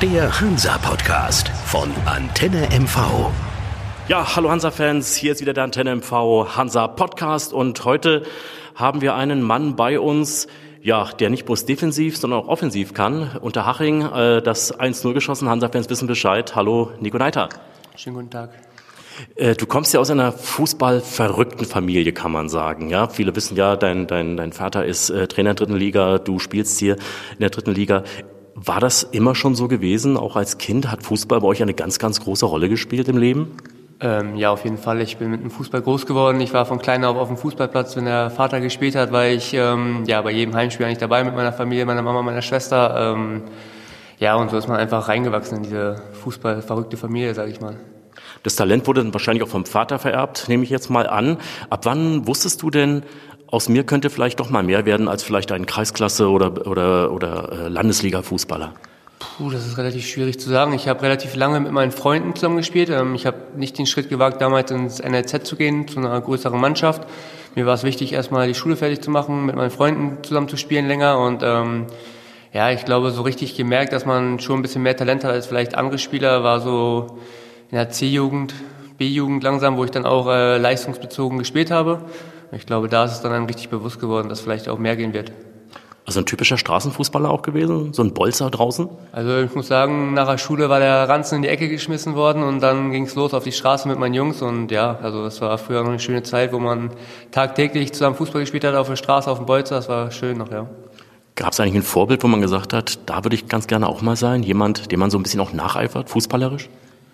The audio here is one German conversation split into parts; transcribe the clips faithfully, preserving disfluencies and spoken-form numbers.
Der Hansa-Podcast von Antenne M V. Ja, hallo Hansa-Fans, hier ist wieder der Antenne M V Hansa-Podcast und heute haben wir einen Mann bei uns, ja, der nicht bloß defensiv, sondern auch offensiv kann. Unterhaching, äh, das eins null geschossen, Hansa-Fans wissen Bescheid. Hallo Nico Neiter. Schönen guten Tag. Äh, du kommst ja aus einer fußballverrückten Familie, kann man sagen. Ja, viele wissen ja, dein, dein, dein Vater ist äh, Trainer in der dritten Liga, du spielst hier in der dritten Liga. War das immer schon so gewesen? Auch als Kind hat Fußball bei euch eine ganz, ganz große Rolle gespielt im Leben? Ähm, ja, auf jeden Fall. Ich bin mit dem Fußball groß geworden. Ich war von klein auf auf dem Fußballplatz, wenn der Vater gespielt hat, war ich ähm, ja bei jedem Heimspiel eigentlich dabei mit meiner Familie, meiner Mama, meiner Schwester. Ähm, ja, und so ist man einfach reingewachsen in diese fußballverrückte Familie, sag ich mal. Das Talent wurde dann wahrscheinlich auch vom Vater vererbt, nehme ich jetzt mal an. Ab wann wusstest du denn, aus mir könnte vielleicht doch mal mehr werden als vielleicht ein Kreisklasse- oder, oder, oder äh, Landesliga-Fußballer? Puh, das ist relativ schwierig zu sagen. Ich habe relativ lange mit meinen Freunden zusammengespielt. Ähm, ich habe nicht den Schritt gewagt, damals ins N L Z zu gehen, zu einer größeren Mannschaft. Mir war es wichtig, erstmal die Schule fertig zu machen, mit meinen Freunden zusammen zu spielen länger. Und ähm, ja, ich glaube, so richtig gemerkt, dass man schon ein bisschen mehr Talent hat als vielleicht andere Spieler, war so in der C-Jugend, B-Jugend langsam, wo ich dann auch äh, leistungsbezogen gespielt habe. Ich glaube, da ist es dann, dann richtig bewusst geworden, dass vielleicht auch mehr gehen wird. Also ein typischer Straßenfußballer auch gewesen? So ein Bolzer draußen? Also ich muss sagen, nach der Schule war der Ranzen in die Ecke geschmissen worden und dann ging es los auf die Straße mit meinen Jungs. Und ja, also das war früher noch eine schöne Zeit, wo man tagtäglich zusammen Fußball gespielt hat auf der Straße, auf dem Bolzer. Das war schön noch, ja. Gab es eigentlich ein Vorbild, wo man gesagt hat, da würde ich ganz gerne auch mal sein? Jemand, dem man so ein bisschen auch nacheifert, fußballerisch?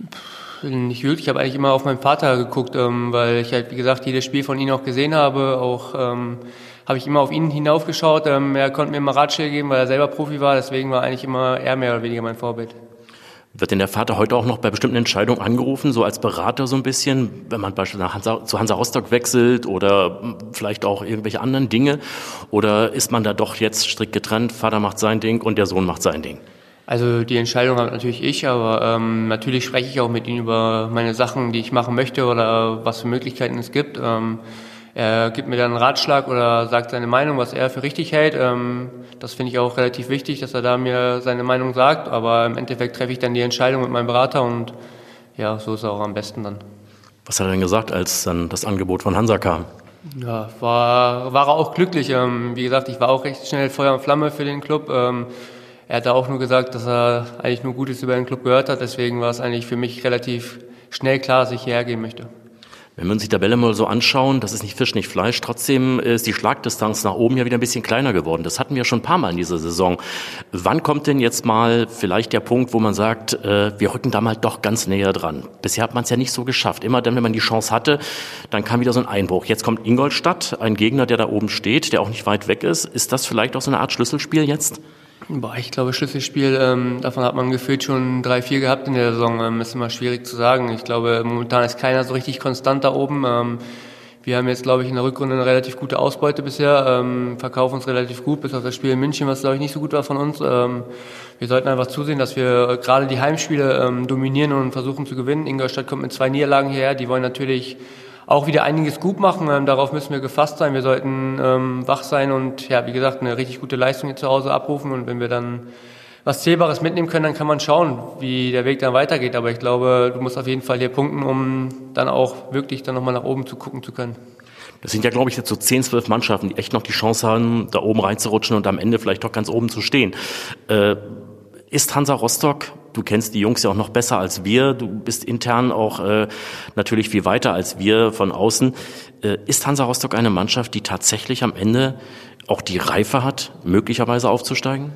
Nicht wirklich. Ich habe eigentlich immer auf meinen Vater geguckt, ähm, weil ich halt, wie gesagt, jedes Spiel von ihm auch gesehen habe. Auch ähm, habe ich immer auf ihn hinaufgeschaut. Ähm, er konnte mir immer Ratschläge geben, weil er selber Profi war. Deswegen war eigentlich immer er mehr oder weniger mein Vorbild. Wird denn der Vater heute auch noch bei bestimmten Entscheidungen angerufen, so als Berater so ein bisschen, wenn man beispielsweise nach Hansa, zu Hansa Rostock wechselt oder vielleicht auch irgendwelche anderen Dinge? Oder ist man da doch jetzt strikt getrennt, Vater macht sein Ding und der Sohn macht sein Ding? Also die Entscheidung habe natürlich ich, aber ähm, natürlich spreche ich auch mit ihm über meine Sachen, die ich machen möchte oder was für Möglichkeiten es gibt. Ähm, er gibt mir dann einen Ratschlag oder sagt seine Meinung, was er für richtig hält. Ähm, das finde ich auch relativ wichtig, dass er da mir seine Meinung sagt, aber im Endeffekt treffe ich dann die Entscheidung mit meinem Berater und ja, so ist er auch am besten dann. Was hat er denn gesagt, als dann das Angebot von Hansa kam? Ja, war, war er auch glücklich. Ähm, wie gesagt, ich war auch recht schnell Feuer und Flamme für den Club. Ähm, Er hat da auch nur gesagt, dass er eigentlich nur Gutes über den Club gehört hat. Deswegen war es eigentlich für mich relativ schnell klar, dass ich hierher gehen möchte. Wenn wir uns die Tabelle mal so anschauen, das ist nicht Fisch, nicht Fleisch. Trotzdem ist die Schlagdistanz nach oben ja wieder ein bisschen kleiner geworden. Das hatten wir schon ein paar Mal in dieser Saison. Wann kommt denn jetzt mal vielleicht der Punkt, wo man sagt, äh, wir rücken da mal doch ganz näher dran? Bisher hat man es ja nicht so geschafft. Immer dann, wenn man die Chance hatte, dann kam wieder so ein Einbruch. Jetzt kommt Ingolstadt, ein Gegner, der da oben steht, der auch nicht weit weg ist. Ist das vielleicht auch so eine Art Schlüsselspiel jetzt? Boah, ich glaube, Schlüsselspiel, ähm, davon hat man gefühlt schon drei, vier gehabt in der Saison. Ähm, ist immer schwierig zu sagen. Ich glaube, momentan ist keiner so richtig konstant da oben. Ähm, wir haben jetzt, glaube ich, in der Rückrunde eine relativ gute Ausbeute bisher, ähm, verkaufen uns relativ gut, bis auf das Spiel in München, was, glaube ich, nicht so gut war von uns. Ähm, wir sollten einfach zusehen, dass wir gerade die Heimspiele ähm, dominieren und versuchen zu gewinnen. Ingolstadt kommt mit zwei Niederlagen hierher. Die wollen natürlich auch wieder einiges gut machen. Ähm, darauf müssen wir gefasst sein. Wir sollten ähm, wach sein und, ja, wie gesagt, eine richtig gute Leistung hier zu Hause abrufen. Und wenn wir dann was Zählbares mitnehmen können, dann kann man schauen, wie der Weg dann weitergeht. Aber ich glaube, du musst auf jeden Fall hier punkten, um dann auch wirklich dann nochmal nach oben zu gucken zu können. Das sind ja, glaube ich, jetzt so zehn, zwölf Mannschaften, die echt noch die Chance haben, da oben reinzurutschen und am Ende vielleicht doch ganz oben zu stehen. Äh, ist Hansa Rostock, du kennst die Jungs ja auch noch besser als wir, du bist intern auch äh, natürlich viel weiter als wir von außen. Äh, ist Hansa Rostock eine Mannschaft, die tatsächlich am Ende auch die Reife hat, möglicherweise aufzusteigen?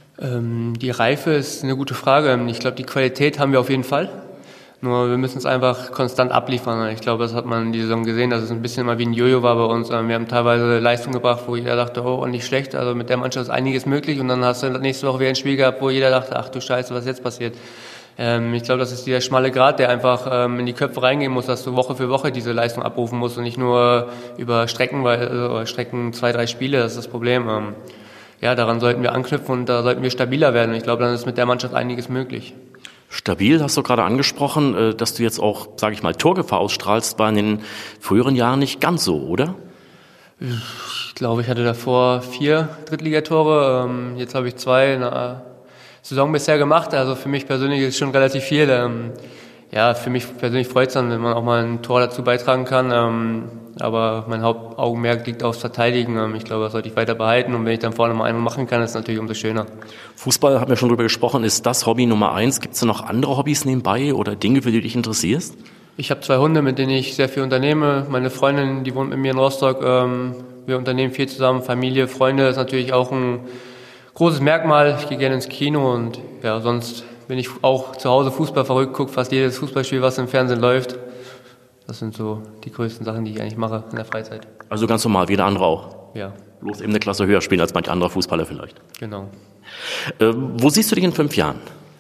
Ähm, die Reife ist eine gute Frage. Ich glaube, die Qualität haben wir auf jeden Fall. Nur wir müssen es einfach konstant abliefern. Ich glaube, das hat man in dieser Saison gesehen, dass es ein bisschen immer wie ein Jojo war bei uns. Wir haben teilweise Leistung gebracht, wo jeder dachte, oh, und nicht schlecht. Also mit der Mannschaft ist einiges möglich. Und dann hast du nächste Woche wieder ein Spiel gehabt, wo jeder dachte, ach du Scheiße, was jetzt passiert. Ähm, ich glaube, das ist dieser schmale Grat, der einfach ähm, in die Köpfe reingehen muss, dass du Woche für Woche diese Leistung abrufen musst und nicht nur über Strecken, weil also Strecken zwei, drei Spiele, das ist das Problem. Ähm, ja, daran sollten wir anknüpfen und da sollten wir stabiler werden. Ich glaube, dann ist mit der Mannschaft einiges möglich. Stabil, hast du gerade angesprochen, dass du jetzt auch, sage ich mal, Torgefahr ausstrahlst, war in den früheren Jahren nicht ganz so, oder? Ich glaube, ich hatte davor vier Drittligatore, jetzt habe ich zwei. Saison bisher gemacht. Also für mich persönlich ist es schon relativ viel. Ähm, ja, für mich persönlich freut es dann, wenn man auch mal ein Tor dazu beitragen kann. Ähm, aber mein Hauptaugenmerk liegt aufs Verteidigen. Ähm, ich glaube, das sollte ich weiter behalten. Und wenn ich dann vorne mal einen machen kann, ist es natürlich umso schöner. Fußball, haben wir schon drüber gesprochen, ist das Hobby Nummer eins. Gibt es noch andere Hobbys nebenbei oder Dinge, für die du dich interessierst? Ich habe zwei Hunde, mit denen ich sehr viel unternehme. Meine Freundin, die wohnt mit mir in Rostock. Ähm, wir unternehmen viel zusammen. Familie, Freunde ist natürlich auch ein großes Merkmal. Ich gehe gerne ins Kino und ja, sonst bin ich auch zu Hause Fußball verrückt, gucke fast jedes Fußballspiel, was im Fernsehen läuft. Das sind so die größten Sachen, die ich eigentlich mache in der Freizeit. Also ganz normal, wie der andere auch? Ja. Bloß eben eine Klasse höher spielen als manch anderer Fußballer vielleicht. Genau. Äh, wo siehst du dich in fünf Jahren?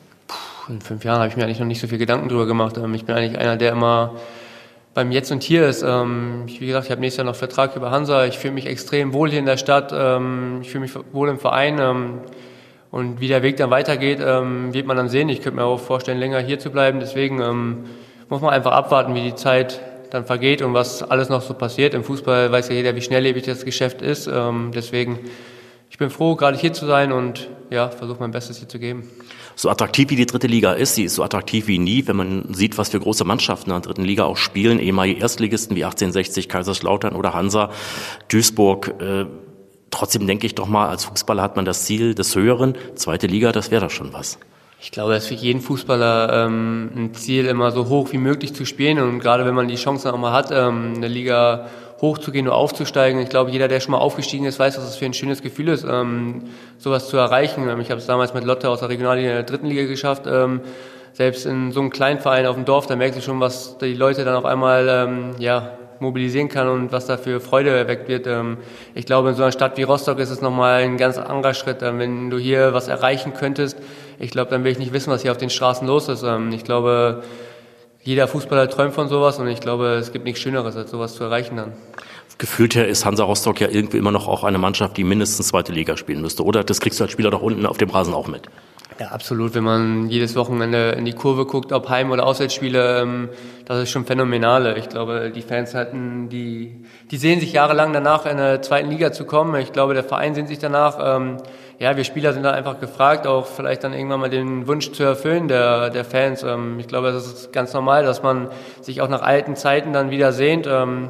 Puh, in fünf Jahren habe ich mir eigentlich noch nicht so viel Gedanken drüber gemacht. Ich bin eigentlich einer, der immer beim Jetzt und Hier ist. Wie gesagt, ich habe nächstes Jahr noch Vertrag über Hansa. Ich fühle mich extrem wohl hier in der Stadt. Ich fühle mich wohl im Verein. Und wie der Weg dann weitergeht, ähm, wird man dann sehen. Ich könnte mir auch vorstellen, länger hier zu bleiben. Deswegen ähm, muss man einfach abwarten, wie die Zeit dann vergeht und was alles noch so passiert. Im Fußball weiß ja jeder, wie schnelllebig das Geschäft ist. Ähm, deswegen, ich bin froh, gerade hier zu sein und ja, versuche mein Bestes hier zu geben. So attraktiv wie die dritte Liga ist, sie ist so attraktiv wie nie, wenn man sieht, was für große Mannschaften in der dritten Liga auch spielen. Ehemalige Erstligisten wie achtzehnhundertsechzig, Kaiserslautern oder Hansa, Duisburg. Äh, Trotzdem denke ich doch mal, als Fußballer hat man das Ziel des Höheren. Zweite Liga, das wäre doch schon was. Ich glaube, es ist für jeden Fußballer ähm, ein Ziel, immer so hoch wie möglich zu spielen. Und gerade wenn man die Chance dann auch mal hat, ähm, eine Liga hochzugehen oder aufzusteigen. Ich glaube, jeder, der schon mal aufgestiegen ist, weiß, dass es für ein schönes Gefühl ist, ähm, sowas zu erreichen. Ich habe es damals mit Lotte aus der Regionalliga in der dritten Liga geschafft. Ähm, selbst in so einem kleinen Verein auf dem Dorf, da merkst du schon, was die Leute dann auf einmal ähm, ja mobilisieren kann und was da für Freude erweckt wird. Ich glaube, in so einer Stadt wie Rostock ist es nochmal ein ganz anderer Schritt. Wenn du hier was erreichen könntest, ich glaube, dann will ich nicht wissen, was hier auf den Straßen los ist. Ich glaube, jeder Fußballer träumt von sowas und ich glaube, es gibt nichts Schöneres, als sowas zu erreichen dann. Gefühlt her ist Hansa Rostock ja irgendwie immer noch auch eine Mannschaft, die mindestens zweite Liga spielen müsste. Oder das kriegst du als Spieler doch unten auf dem Rasen auch mit. Ja, absolut. Wenn man jedes Wochenende in die Kurve guckt, ob Heim- oder Auswärtsspiele, das ist schon phänomenal. Ich glaube, die Fans hatten, die, die sehen sich jahrelang danach, in der zweiten Liga zu kommen. Ich glaube, der Verein sehnt sich danach. Ja, wir Spieler sind da einfach gefragt, auch vielleicht dann irgendwann mal den Wunsch zu erfüllen der, der Fans. Ich glaube, das ist ganz normal, dass man sich auch nach alten Zeiten dann wieder sehnt.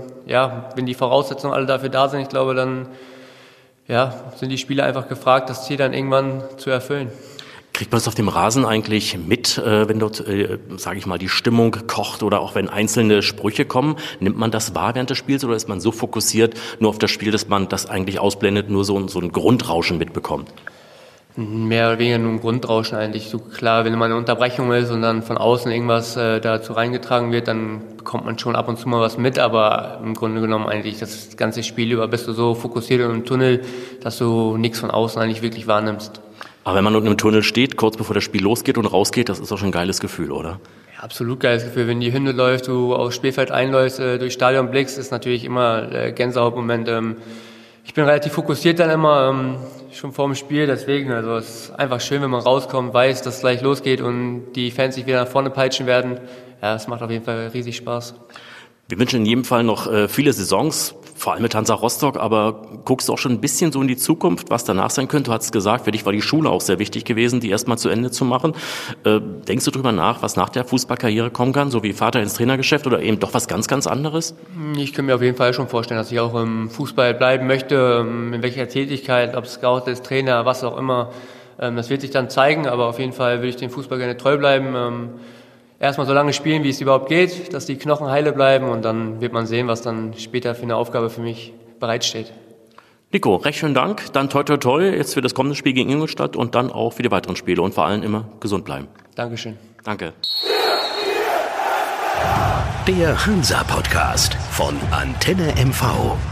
Ja, wenn die Voraussetzungen alle dafür da sind, ich glaube, dann ja, sind die Spieler einfach gefragt, das Ziel dann irgendwann zu erfüllen. Kriegt man das auf dem Rasen eigentlich mit, äh, wenn dort, äh, sage ich mal, die Stimmung kocht oder auch wenn einzelne Sprüche kommen? Nimmt man das wahr während des Spiels oder ist man so fokussiert nur auf das Spiel, dass man das eigentlich ausblendet, nur so, so ein Grundrauschen mitbekommt? Mehr oder weniger nur ein Grundrauschen eigentlich. So klar, wenn mal eine Unterbrechung ist und dann von außen irgendwas äh, dazu reingetragen wird, dann bekommt man schon ab und zu mal was mit, aber im Grunde genommen eigentlich das ganze Spiel über bist du so fokussiert in einem Tunnel, dass du nichts von außen eigentlich wirklich wahrnimmst. Aber wenn man unten im Tunnel steht, kurz bevor das Spiel losgeht und rausgeht, das ist doch schon ein geiles Gefühl, oder? Ja, absolut geiles Gefühl. Wenn die Hymne läuft, du aufs Spielfeld einläufst, äh, durchs Stadion blickst, ist natürlich immer äh, Gänsehautmoment. Ähm, ich bin relativ fokussiert dann immer, ähm, schon vor dem Spiel, deswegen, also es ist einfach schön, wenn man rauskommt, weiß, dass es gleich losgeht und die Fans sich wieder nach vorne peitschen werden. Ja, es macht auf jeden Fall riesig Spaß. Wir wünschen in jedem Fall noch äh, viele Saisons, vor allem mit Hansa Rostock, aber guckst du auch schon ein bisschen so in die Zukunft, was danach sein könnte? Du hast gesagt, für dich war die Schule auch sehr wichtig gewesen, die erstmal zu Ende zu machen. Äh, denkst du drüber nach, was nach der Fußballkarriere kommen kann, so wie Vater ins Trainergeschäft oder eben doch was ganz, ganz anderes? Ich kann mir auf jeden Fall schon vorstellen, dass ich auch im Fußball bleiben möchte, in welcher Tätigkeit, ob Scout ist, Trainer, was auch immer. Das wird sich dann zeigen, aber auf jeden Fall will ich dem Fußball gerne treu bleiben. Erstmal so lange spielen, wie es überhaupt geht, dass die Knochen heile bleiben und dann wird man sehen, was dann später für eine Aufgabe für mich bereitsteht. Nico, recht schönen Dank. Dann toi toi toi jetzt für das kommende Spiel gegen Ingolstadt und dann auch für die weiteren Spiele und vor allem immer gesund bleiben. Dankeschön. Danke. Der Hansa-Podcast von Antenne M V.